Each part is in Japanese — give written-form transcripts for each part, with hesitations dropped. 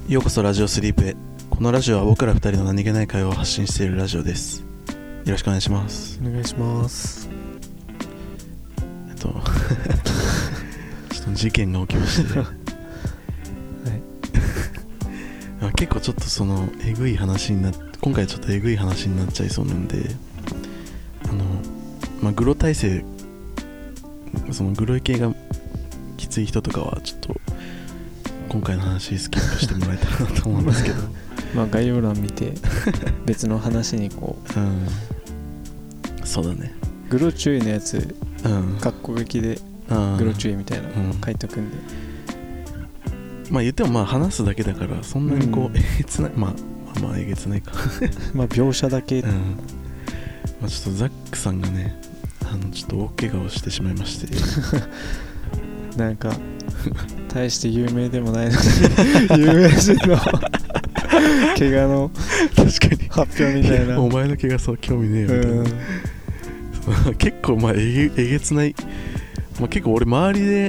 ようこそラジオスリープへ。このラジオは僕ら二人の何気ない会話を発信しているラジオです。よろしくお願いします。 お願いします。 ちょっと事件が起きまして、はい、結構ちょっとえぐい話に今回ちょっとえぐい話になっちゃいそうなんで、グロ体制、グロい系がきつい人とかはちょっと今回の話スキップしてもらえたらなと思うんですけど概要欄見て別の話にこう、 そうだね、 グロ注意のやつ、括弧書きでグロ注意みたいな書いとくんで、 言っても話すだけだからそんなにこう、えげつない、えげつないか描写だけ、 ちょっとザックさんがねちょっと大怪我をしてしまいましてなんか大して有名でもないのに有名人の怪我の確かに発表みたいな。 お前の怪我そう興味ねえよみたいな、結構えげつない、結構俺周りで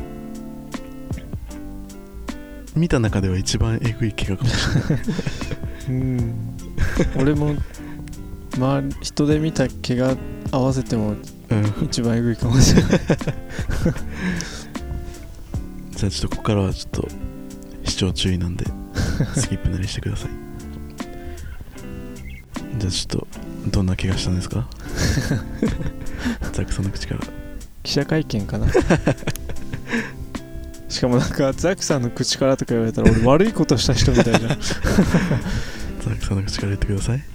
見た中では一番えぐい怪我かもしれない俺も人で見た怪我合わせても一番えぐいかもしれないじゃあちょっとここからはちょっと視聴注意なんでスキップなりしてくださいじゃあちょっとどんな怪我したんですかザックさんの口から。 記者会見かなしかもなんかザックさんの口からとか言われたら俺悪いことした人みたいじゃんザックさんの口から言ってください。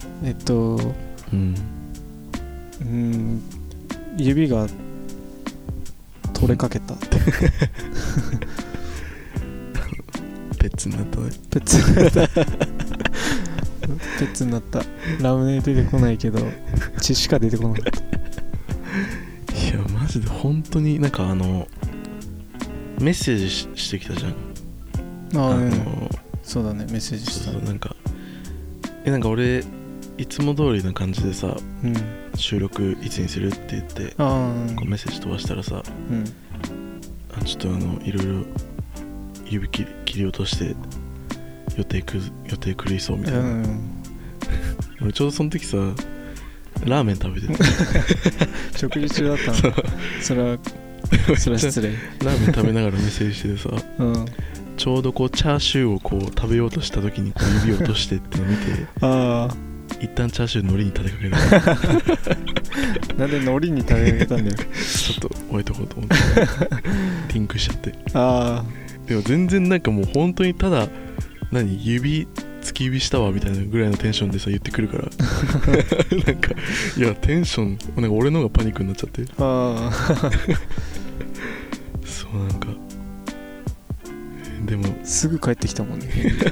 指が取れかけたペッツになったね。 ペッツになったペッツになった。ラムネ出てこないけど血しか出てこなかった。 いやマジで本当になんかメッセージ してきたじゃん。 そうだね、メッセージした。 そうなんか俺いつも通りな感じでさ、収録いつにするって言ってこうメッセージ飛ばしたらさ、ちょっといろいろ指切り落として予定狂いそうみたいな、俺ちょうどその時さラーメン食べてた食事中だったのそれは失礼ラーメン食べながらメッセージしててさ、ちょうどこうチャーシューをこう食べようとした時にこう指を落としてってのを見て一旦チャーシュー海苔に立てかけたなんで海苔に立てかけたんだよちょっと置いとこうと思ってリンクしちゃって。でも全然なんかもう本当にただ突き指したわみたいなぐらいのテンションでさ言ってくるからなんかいやテンションなんか俺の方がパニックになっちゃってそうなんかでもすぐ帰ってきたもんね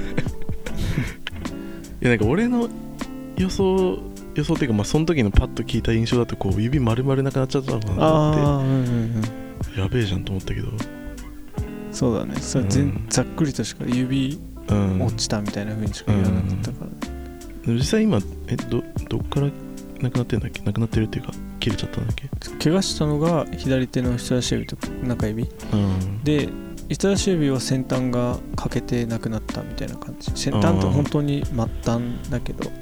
いやなんか俺の予想っていうかその時のパッと聞いた印象だとこう指丸々なくなっちゃったのかなと思ってやべえじゃんと思ったけど。 そうだね、それざっくりとしか指落ちたみたいな風にしか言わなかったから、 実際今どっからなくなってんだっけ。なくなってるっていうか切れちゃったんだっけ。 怪我したのが左手の人差し指と中指、で人差し指は先端が欠けてなくなったみたいな感じ。先端って本当に末端だけど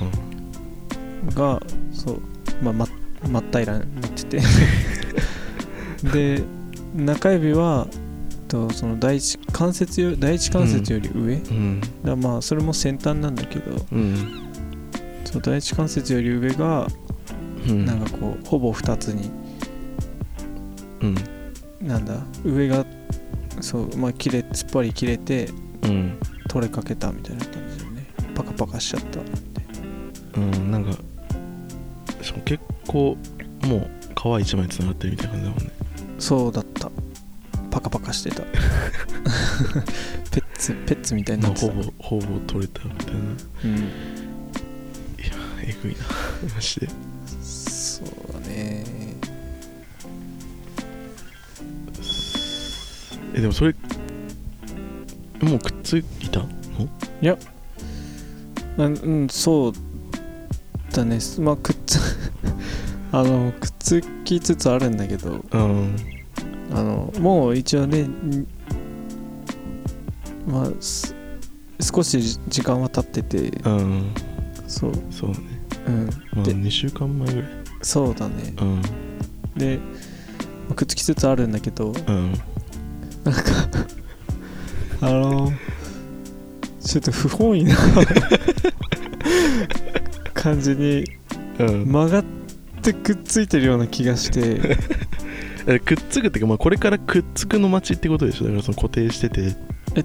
がそう真っ平らになっててで中指はその第一関節より上、だそれも先端なんだけど、そう第一関節より上が、なんかこうほぼ2つに、上がそう突っ張り切れて、取れかけたみたいな感じでね、パカパカしちゃったって。 なんか結構もう皮一枚につながってるみたいな感じだもんね。 そうだった。パカパカしてたペッツみたいになってた。 ほぼ取れたみたいな。いやえぐいなマジで。 そうだね。 でもそれもうくっついたの？ いやそうだね。くっつきつつあるんだけど、もう一応ね少し時間は経ってて、 うん、 そうね、 うん、 まあ、2週間前ぐらい。 そうだね、 うん、 でくっつきつつあるんだけど、 うん、 なんかちょっと不本意な感じに曲がってくっついてるような気がしてくっつくっていうか、まあ、これからくっつくの街ってことでしょ。だからその固定してて、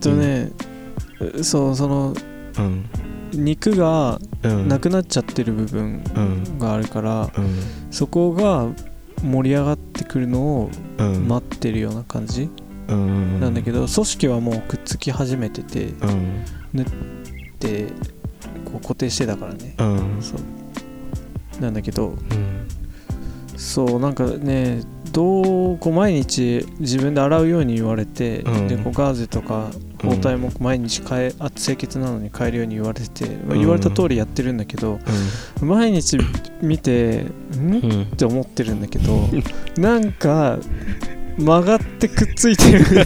そう、その、うん、肉がなくなっちゃってる部分があるから、うん、そこが盛り上がってくるのを待ってるような感じ、うん、なんだけど、組織はもうくっつき始めてて、うん、縫ってこう固定してたからね、うん、そうなんだけど、うん、そうなんかね、こう毎日自分で洗うように言われて、うん、でこうガーゼとか包帯も毎日清潔なのに変えるように言われてて、まあ、言われた通りやってるんだけど、うん、毎日見てって思ってるんだけど、なんか曲がってくっついてるみたいな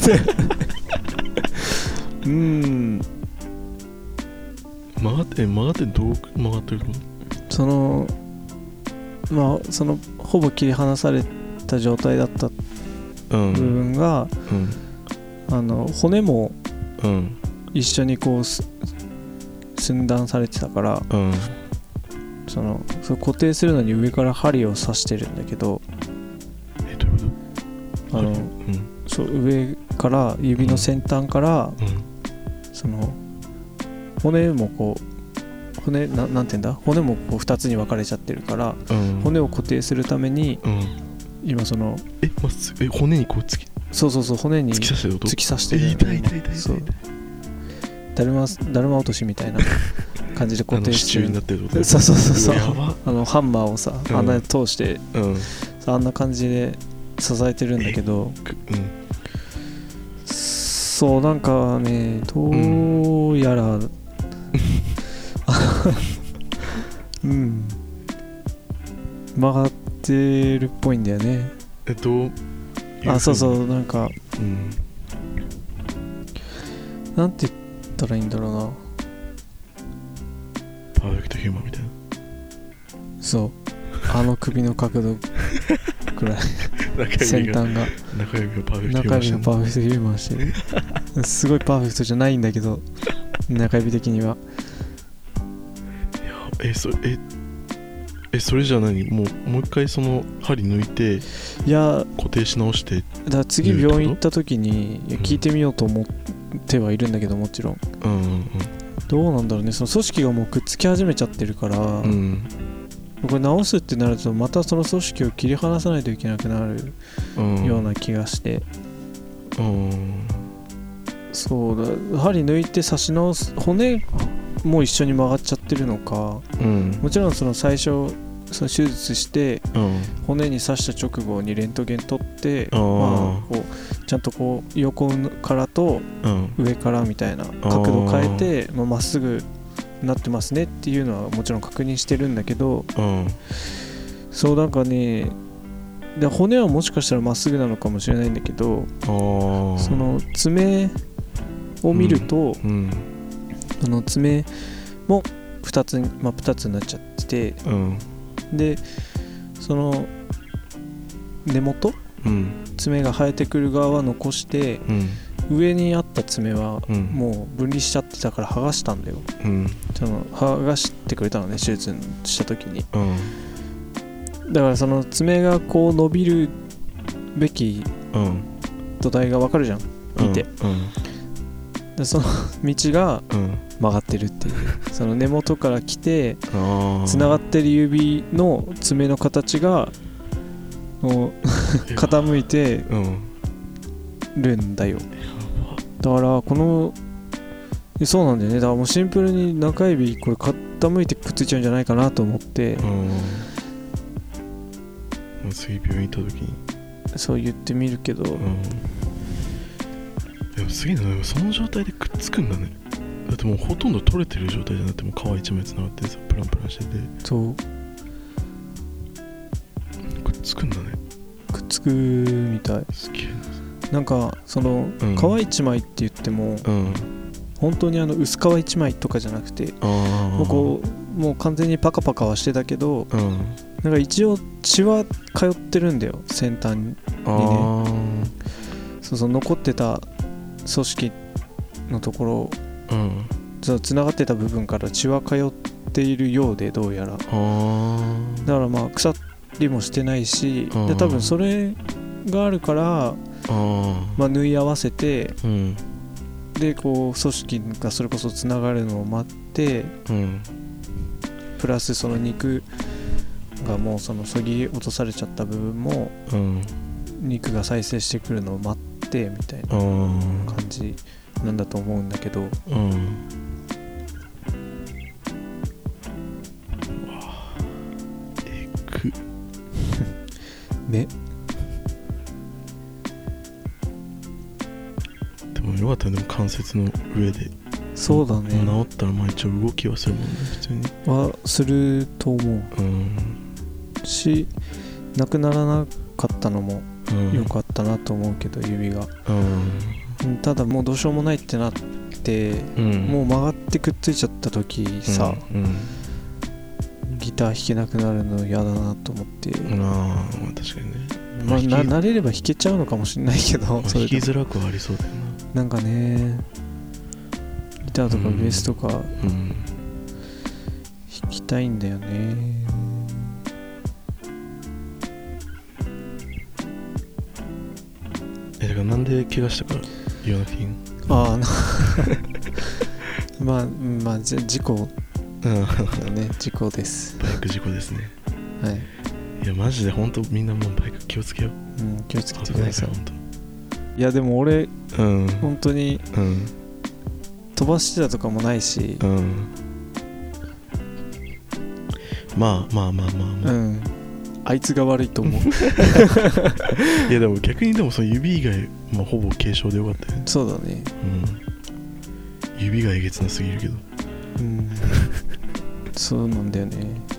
曲がってどう曲がってるの？ まあそのほぼ切り離された状態だった部分が、うん、骨も一緒にこう寸断されてたから、うん、それ固定するのに上から針を刺してるんだけど、 どういうこと？うん、 そう上から指の先端から、うん、その骨もこうなんていうんだ、骨もこう2つに分かれちゃってるから、うん、骨を固定するために、うん、今骨にこうそう骨に突き刺してる。 痛い。そうだるま落としみたいな感じで固定して支柱になってるってこと？ そうハンマーをさ、穴に通して、うん、あんな感じで支えてるんだけど、うん、そうなんかね、どうやら、うん、曲がってるっぽいんだよね。そうなんか、うん、なんて言ったらいいんだろうな。 パーフェクトヒューマンみたいな。 そう首の角度くらい先端が中指がパーフェクトヒューマンしてるすごいパーフェクトじゃないんだけど、中指的には。 いやそれじゃ何、もう一回その針抜いて固定し直して。 だから次病院行った時に聞いてみようと思ってはいるんだけど、もちろん、うんうんうん、どうなんだろうね。その組織がもうくっつき始めちゃってるから、うん、これ直すってなるとまたその組織を切り離さないといけなくなるような気がして、うん、そうだ、針抜いて刺し直す、骨もう一緒に曲がっちゃってるのか、うん、もちろんその最初その手術して、うん、骨に刺した直後にレントゲン取って、まあ、こうちゃんとこう横からと上からみたいな角度変えて、まっすぐなってますねっていうのはもちろん確認してるんだけど、そうなんかね、で骨はもしかしたらまっすぐなのかもしれないんだけど、その爪を見ると、その爪も2つになっちゃってて、でその根元、爪が生えてくる側は残して、上にあった爪はもう分離しちゃってたから剥がしたんだよ、その剥がしてくれたのね、手術した時に、だからその爪がこう伸びるべき土台が分かるじゃん、見て、でその道が曲がってるっていう、その根元から来てつながってる指の爪の形が傾いてるんだよ。だからそうなんだよね。だからもうシンプルに中指これ傾いてくっついちゃうんじゃないかなと思って、もう次病院行った時にそう言ってみるけど、でもすげえな、その状態でくっつくんだね。だってもうほとんど取れてる状態じゃなくて、もう皮一枚つながってさ、プランプランしてて、 そうくっつくんだね。 くっつくみたい。 すげえなんかその、皮一枚って言っても、 本当に薄皮一枚とかじゃなくて、もう完全にパカパカはしてたけど、なんか一応血は通ってるんだよ、先端にね。そう残ってた組織のところ、つながってた部分から血は通っているようで、どうやらだからまあ腐りもしてないし、で多分それがあるから、まあ、縫い合わせて、でこう組織がそれこそつながるのを待って、プラスその肉がもうそぎ落とされちゃった部分も、肉が再生してくるのを待ってみたいな感じなんだと思うんだけど、ね。 でもよかったね、でも関節の上で。 そうだね。 治ったらまあ一応動きはするもんね、普通に。 はすると思う。し、なくならなかったのも良かったなと思うけど、指が。ただもうどうしようもないってなって、もう曲がってくっついちゃった時さ、ギター弾けなくなるの嫌だなと思って。 確かにね。 まあ、慣れれば弾けちゃうのかもしれないけど、 弾きづらくはありそうだよな。なんかね、ギターとかベースとか弾きたいんだよね。 だからなんで怪我したか言わなくていいの？ まあ事故だね。事故です。 バイク事故ですね。 はい。 いやマジで本当みんなもうバイク気をつけよう。 気をつけてください。いやでも俺、本当に、飛ばしてたとかもないし、 まあ、 あいつが悪いと思う。 いやでも逆にでもその指以外、まあ、ほぼ軽傷でよかったよね。 そうだね。 指がえげつなすぎるけど。 そうなんだよね。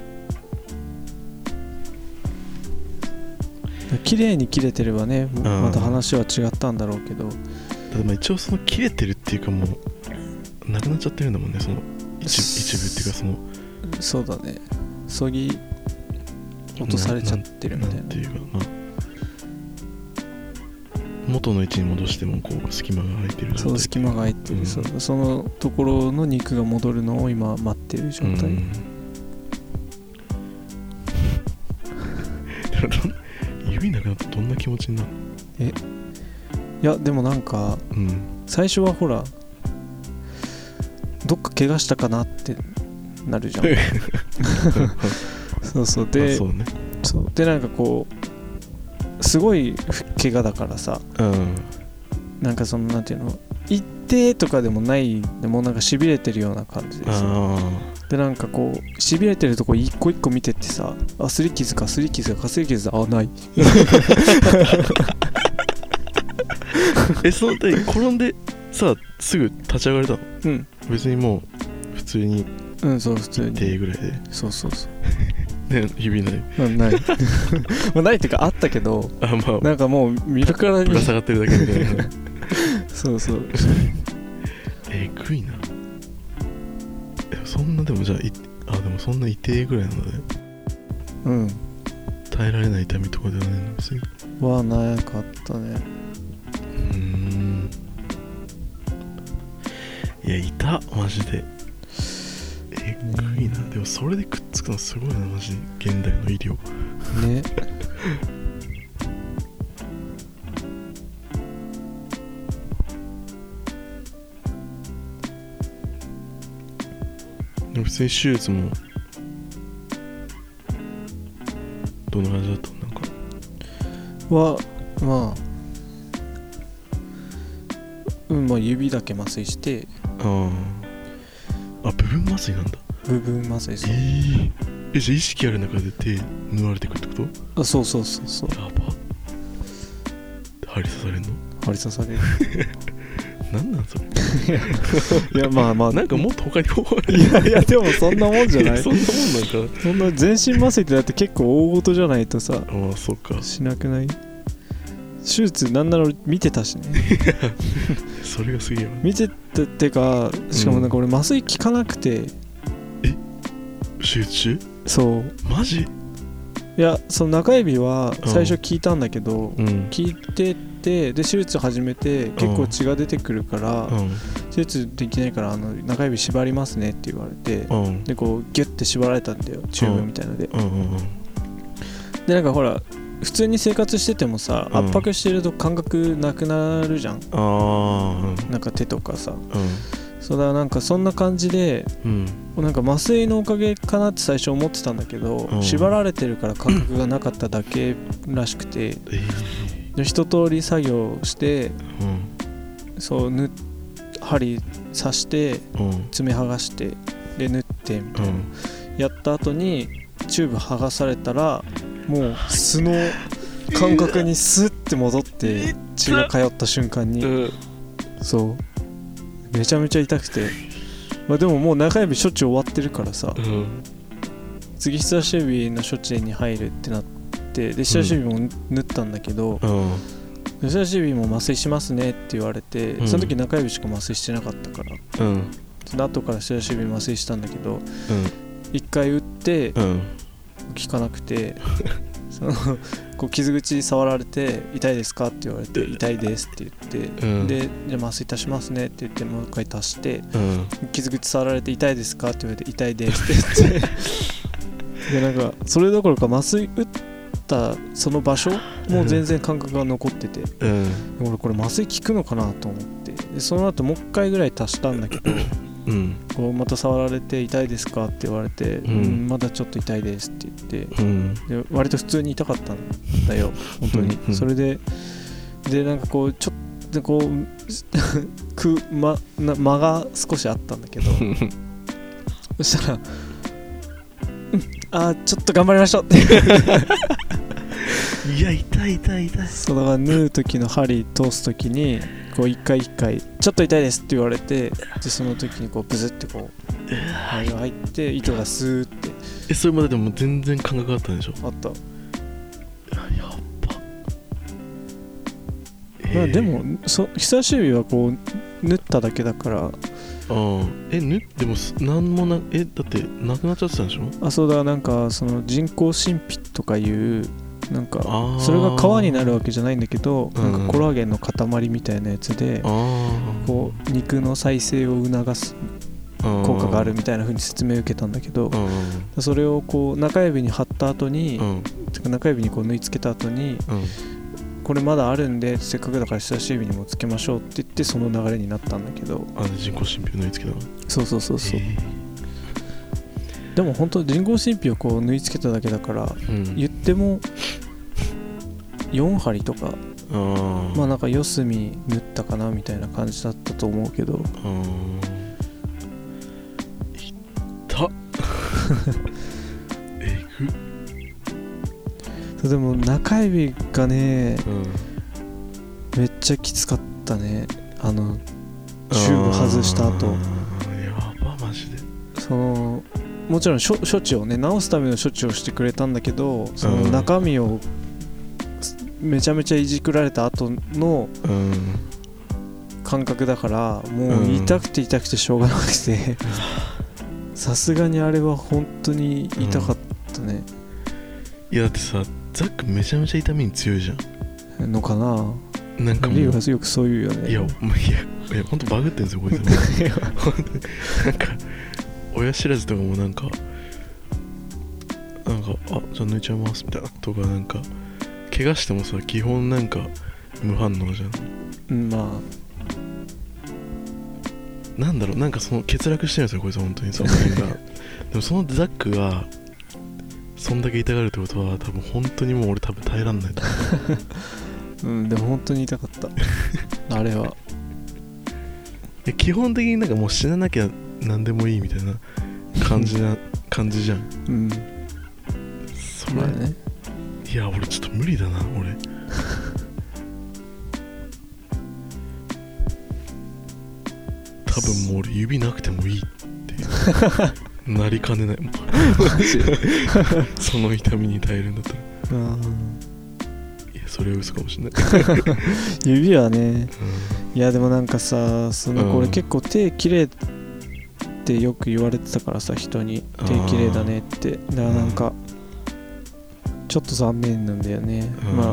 綺麗に切れてればね、また話は違ったんだろうけど。 ただまあ一応その切れてるっていうかもうなくなっちゃってるんだもんね、その一部っていうかその。 そうだね。そぎ落とされちゃってるみたいな。 なんていうか、まあ元の位置に戻してもこう隙間が空いてる状態。 そう隙間が空いてる、そのところの肉が戻るのを今待ってる状態。 指なくなったらどんな気持ちになるの？ いやでもなんか、最初はほらどっか怪我したかなってなるじゃん。そうで、 そうね。 そうでなんかこうすごい怪我だからさ、なんかそのなんていうの、一定とかでもないでもなんか痺れてるような感じでさ、でなんかこう痺れてるとこ一個一個見てってさ、擦り傷だ、ないその時転んでさすぐ立ち上がれたの？別にもう普通にそう普通に手ぐらいで。そうね、指ないないないってかあったけど、なんかもう見るからにぶら下がってるだけみたいな。 そうえぐいな。そんなでもじゃあでもそんな痛いぐらいなので、耐えられない痛みとかではないの別にはなかったね。 いやいたマジでえぐいな。でもそれでくっつくのすごいなマジで、現代の医療ね。 でも普通に手術もどんな感じだった？なんかはまあ指だけ麻酔して、 部分麻酔なんだ。 部分麻酔。そう。 じゃあ意識ある中で手縫われてくってこと？ そう。 やば。針刺されんの？ 針刺される。 なんなんそれ。 いやまあなんかもっと他にいやでもそんなもんじゃない。 そんなもんなんか。 そんな全身麻酔ってだって結構大事じゃないとさ。 そうか。 しなくない？ 手術なんなら見てたしねそれがすげえわ。 見てたってか、しかもなんか俺麻酔効かなくて、 手術中？ そうマジ？ いや、その中指は最初聞いたんだけど、聞いてて、で手術始めて結構血が出てくるから、手術できないから中指縛りますねって言われて、でこうギュッて縛られたんだよ、チューブみたいなので、でなんかほら普通に生活しててもさ、圧迫してると感覚なくなるじゃん、なんか手とかさ、そうだ、なんかそんな感じで、なんか麻酔のおかげかなって最初思ってたんだけど、縛られてるから感覚がなかっただけらしくて、で一通り作業して、そう針刺して爪剥がしてで縫ってみたいな、やった後にチューブ剥がされたらもう素の感覚にスッて戻って血が通った瞬間に、そうめちゃめちゃ痛くて、まあ、でももう中指処置終わってるからさ、次人差し指の処置に入るってなって、で人差し指も縫ったんだけど、人差し指も麻酔しますねって言われて、その時中指しか麻酔してなかったから、その後から人差し指麻酔したんだけど、一回打って効かなくてそのこう傷口触られて痛いですかって言われて痛いですって言って、でじゃあ麻酔足しますねって言ってもう一回足して、傷口触られて痛いですかって言われて痛いですって言ってでなんかそれどころか麻酔打ったその場所もう全然感覚が残ってて、俺これ麻酔効くのかなと思って、でその後もう一回ぐらい足したんだけど、こうまた触られて痛いですかって言われて、まだちょっと痛いですって言って、で割と普通に痛かったんだよ本当に、それでなんかこうちょっとこう間が少しあったんだけどそしたらちょっと頑張りましょうっていや痛いそうだから縫う時の針通す時にこう一回ちょっと痛いですって言われて、でその時にこうブズってこう針が入って糸がスーって、 それまででも全然感覚あったんでしょ？ あった。 やっぱ、でも人差し指はこう縫っただけだから、 でもなんもだってなくなっちゃってたんでしょ？ そうだ、なんかその人工神秘とかいうなんかそれが皮になるわけじゃないんだけど、なんかコラーゲンの塊みたいなやつで、こう肉の再生を促す効果があるみたいな風に説明を受けたんだけど、それをこう中指に貼った後に、中指にこう縫い付けた後に、これまだあるんでせっかくだから人差し指にもつけましょうって言ってその流れになったんだけど、 人工神秘を縫い付けたの？ そう、でも本当人工神秘をこう縫い付けただけだから、言っても4針とか、まあなんか四隅縫ったかなみたいな感じだったと思うけど、 痛っでも中指がね、めっちゃきつかったね、チューブ外した後。 やばマジで。 もちろん処置をね治すための処置をしてくれたんだけど、その中身をめちゃめちゃいじくられた後の感覚だから、もう痛くてしょうがなくてさすがにあれは本当に痛かったね。 いやだってさ、ザックめちゃめちゃ痛みに強いじゃんのかな。 なんかもうリュウがよくそう言うよね。 いや本当バグってんですよこいつなんか親知らずとかもなんかじゃあ抜いちゃいますみたいなとか、なんか怪我してもさ基本なんか無反応じゃん。 まあなんだろう、なんかその欠落してるんですよこいつ本当にその辺がでもそのザックがそんだけ痛がるってことは多分本当にもう俺多分耐えらんないと思うでも本当に痛かったあれは。 基本的になんかもう死ななきゃ何でもいいみたいな感じじゃん。それね。 いや俺ちょっと無理だな俺多分もう俺指なくてもいいってなりかねないもんその痛みに耐えるんだったら。いやそれは嘘かもしれない指はね、いやでもなんかさ、これ結構手綺麗ってよく言われてたからさ、人に手綺麗だねって。だからなんかちょっと残念なんだよね。まあ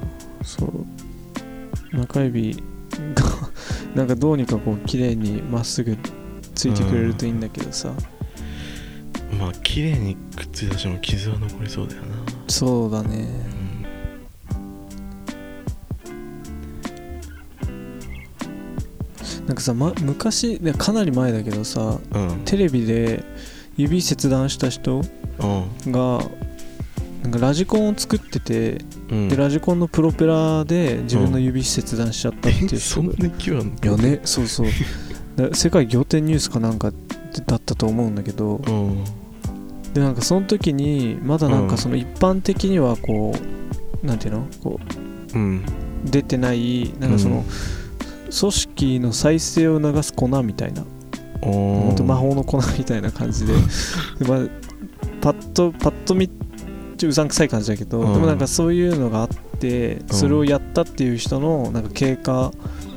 そう中指がなんかどうにかこう綺麗にまっすぐついてくれるといいんだけどさ、 まあ綺麗にくっついたとしても傷は残りそうだよな。 そうだね、なんかさ、昔かなり前だけどさ、テレビで指切断した人がなんかラジコンを作ってて、でラジコンのプロペラで自分の指切断しちゃったっていう人そんな勢いあんの？ いやね、そうそう世界仰天ニュースかなんかだったと思うんだけど、でなんかその時にまだなんかその一般的にはこうなんていうのこう、出てないなんかその、組織の再生を促す粉みたいな、ほんと魔法の粉みたいな感じでまあ、パッと見うさんくさい感じだけど、でもなんかそういうのがあって、それをやったっていう人のなんか経過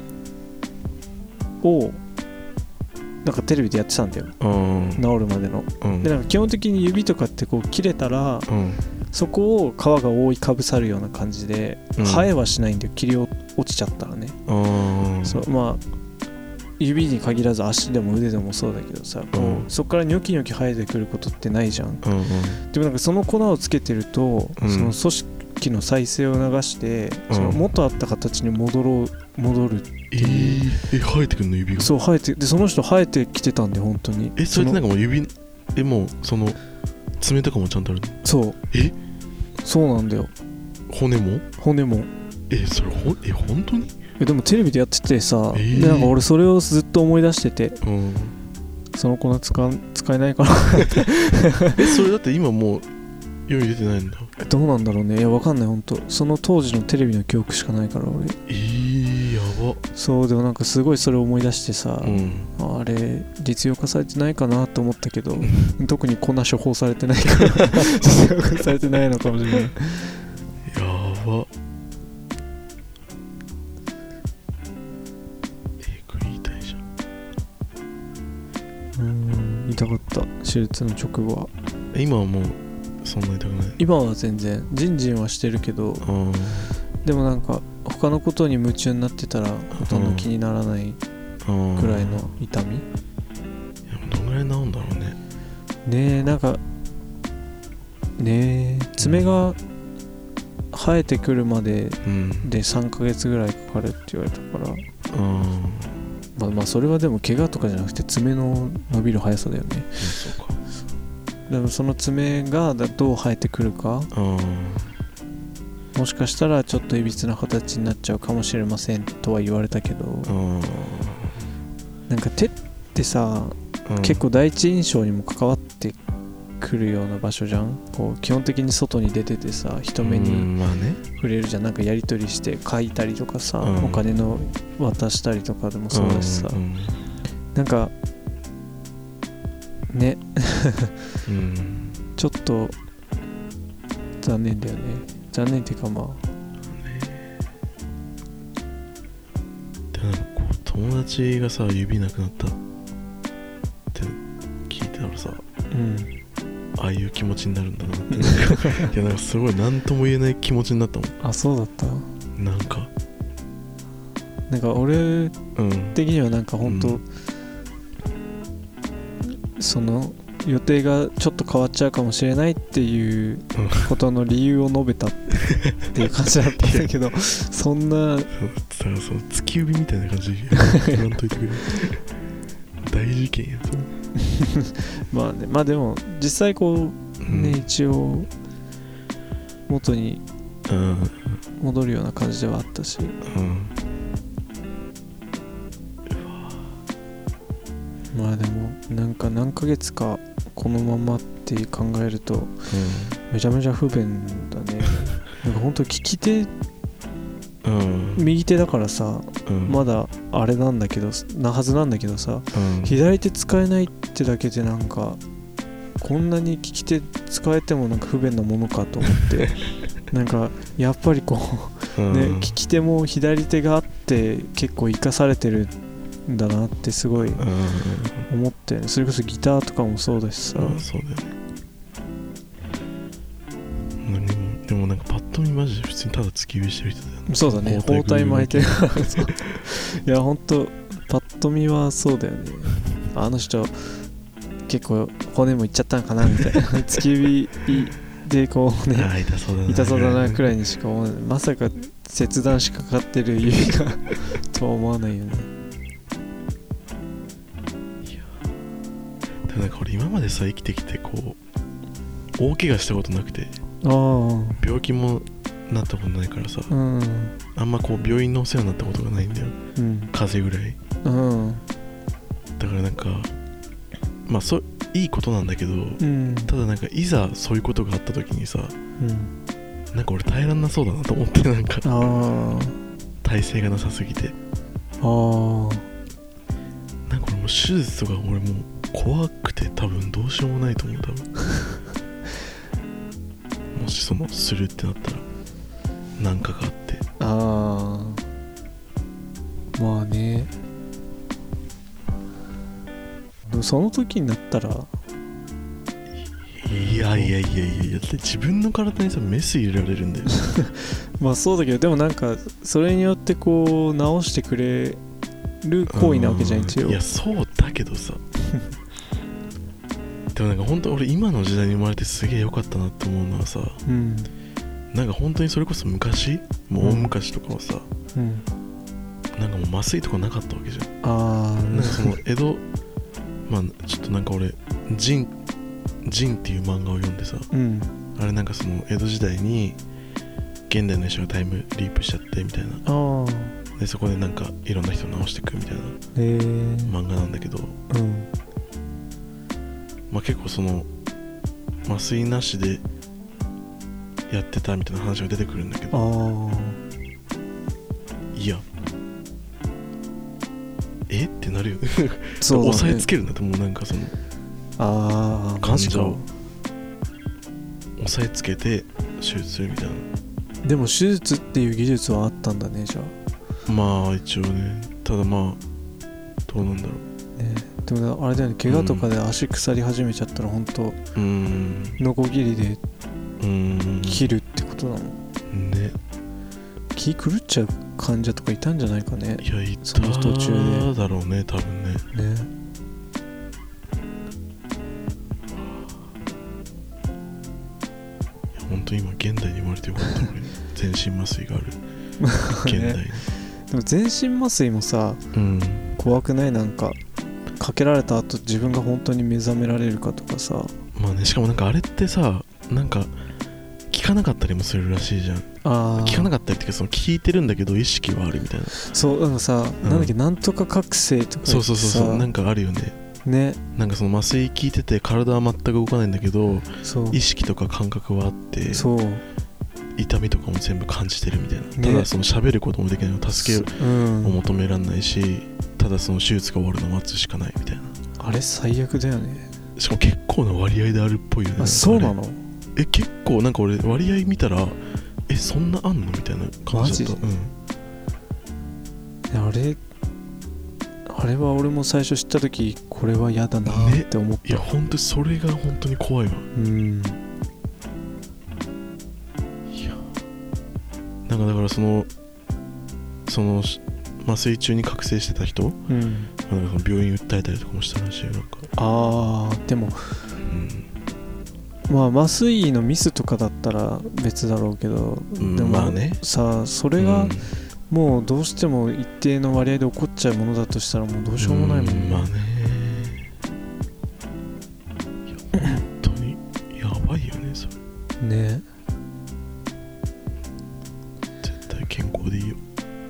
をなんかテレビでやってたんだよ、治るまでの、でなんか基本的に指とかってこう切れたら、そこを皮が覆いかぶさるような感じで、生えはしないんだよ、切り落ちちゃったらね。そうまあ指に限らず足でも腕でもそうだけどさ、そこからニョキニョキ生えてくることってないじゃん、でもなんかその粉をつけてると、その組織の再生を流して、その元あった形に戻るっていう。 生えてくるの指が？そう生えて、でその人生えてきてたんで本当に。 それってなんかもう指もうその爪とかもちゃんとあるの？ そうそうなんだよ。 骨もそれ本当に？ でもテレビでやっててさ、でなんか俺それをずっと思い出してて、その粉使えないかなそれだって今もう世に出てないんだ。 どうなんだろうね。いやわかんない、本当その当時のテレビの記憶しかないから俺。 やば。 そうでもなんかすごいそれを思い出してさ、あれ実用化されてないかなと思ったけど、特に粉処方されてないから実用化されてないのかもしれない。やば。 痛かった、手術の直後は。 今はもうそんな痛くない？ 今は全然ジンジンはしてるけど、でもなんか他のことに夢中になってたらほとんど気にならないくらいの痛み。 どんぐらい治るんだろうね。 ねえなんかねえ爪が生えてくるまでで3ヶ月ぐらいかかるって言われたから、まあそれはでも怪我とかじゃなくて爪の伸びる速さだよね。 そうか。 でもその爪がどう生えてくるか、もしかしたらちょっといびつな形になっちゃうかもしれませんとは言われたけど、なんか手ってさ、結構第一印象にも関わってくるような場所じゃん。こう基本的に外に出ててさ、人目に触れるじゃん。なんかやり取りして書いたりとかさ、お金の渡したりとかでもそうだしさ、なんかねちょっと残念だよね。残念っていうかまあ、 でなんかこう友達がさ指なくなったって聞いてたらさ、ああいう気持ちになるんだなっていやなんかすごい何とも言えない気持ちになったもん。 あ、そうだった。なんか俺的にはなんか本当、その予定がちょっと変わっちゃうかもしれないっていうことの理由を述べたっていう感じだったんだけどそんなその突き指みたいな感じで言わんといてくれ大事件やとまあね、まあでも実際こうね、一応元に戻るような感じではあったし、まあでもなんか何ヶ月かこのままって考えるとめちゃめちゃ不便だね。なんか本当利き手、右手だからさ、まだあれなんだけどなはずなんだけどさ、左手使えないってだけでなんかこんなに利き手使えてもなんか不便なものかと思ってなんかやっぱりこうね、利き手も左手があって結構生かされてるんだなってすごい思って、それこそギターとかもそうだしさ、 そうだよね。でもなんかパッと見マジで普通にただ突き指してる人だよね。 そうだね、包帯巻いてるいやほんとパッと見はそうだよね。あの人結構骨もいっちゃったんかなみたいな突き指でこうね痛そうだなくらいにしか思わない。まさか切断しかかってる指がとは思わないよね。 いやでもなんか俺今までさ生きてきてこう大怪我したことなくて、病気もなったことないからさ、あんまこう病院のお世話になったことがないんだよ、風邪ぐらい、だからなんかまあいいことなんだけど、ただなんかいざそういうことがあった時にさ、なんか俺耐えらんなそうだなと思って、なんか耐性がなさすぎて、なんか俺もう手術とか俺もう怖くて多分どうしようもないと思う。多分もしするってなったらなんかがあって、 まあね、その時になったらいやだって自分の体にさメス入れられるんだよまあそうだけど、でもなんかそれによってこう治してくれる行為なわけじゃん一応。 いやそうだけどさでもなんか本当俺今の時代に生まれてすげえ良かったなって思うのはさ、なんか本当にそれこそ昔もう大昔とかはさ、なんかもう麻酔とかなかったわけじゃん。なんかその江戸まあちょっとなんか俺ジンっていう漫画を読んでさ、あれなんかその江戸時代に現代の人がタイムリープしちゃってみたいな、でそこでなんかいろんな人を治していくみたいな漫画なんだけど、まあ結構その麻酔なしでやってたみたいな話が出てくるんだけど、いやってなるよね押さえつけるんだって、もうなんかその患者を押さえつけて手術するみたいな。 でも手術っていう技術はあったんだねじゃあ。まあ一応ね、ただまあどうなんだろうね。でもあれだよね、怪我とかで足腐り始めちゃったら本当ノコギリで切るってことだもんね。気狂っちゃう患者とかいたんじゃないかね。 いやいたその途中でだろうね多分ね。本当に今現代に生まれてよかった俺全身麻酔がある現代にでも全身麻酔もさ、怖くない？なんかかけられた後自分が本当に目覚められるかとかさ。 まあね、しかもなんかあれってさ、なんか効かなかったりもするらしいじゃん。効かなかったりっていうか、その効いてるんだけど意識はあるみたいな。そうなんかさ、なんだっけ、なんとか覚醒とか言ってさ、そうなんかあるよね。なんかその麻酔効いてて体は全く動かないんだけど意識とか感覚はあって、痛みとかも全部感じてるみたいな、ただその喋ることもできないの、助けを求められないし、ただその手術が終わるのを待つしかないみたいな。あれ最悪だよね。しかも結構な割合であるっぽいよね。そうなの？結構なんか俺割合見たらそんなあんのみたいな感じだった。あれは俺も最初知った時これは嫌だなって思った。いや本当それが本当に怖いわ。いやなんかだからその麻酔中に覚醒してた人、なんかその病院訴えたりとかもしたらしいよ。なんかでも、まあ麻酔のミスとかだったら別だろうけど、でもまあね、さそれが、もうどうしても一定の割合で起こっちゃうものだとしたらもうどうしようもないもんね。まあね、いや本当にやばいよねそれね。絶対健康でいいよ。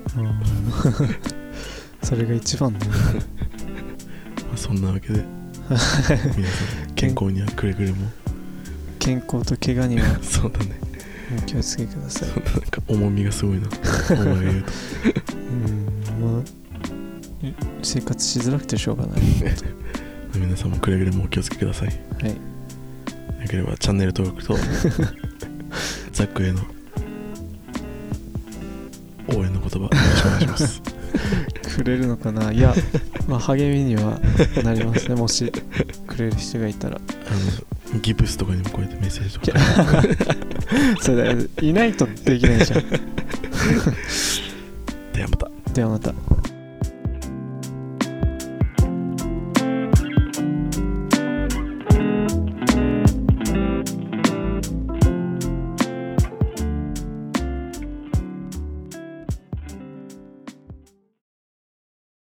それが一番ね。まあそんなわけで皆さん健康にはくれぐれも健康と怪我にはそうだね、お気をつけください。なんか重みがすごいなお前が言うとまあ生活しづらくてしょうがない皆さんもくれぐれもお気をつけください。はい、よければチャンネル登録とザックへの応援の言葉よろしくお願いしますくれるのかな。いや、まあ、励みにはなりますねもしくれる人がいたら。 ギブスとかにもこうやってメッセージとかそれいないとできないじゃんではまた。 ではまた。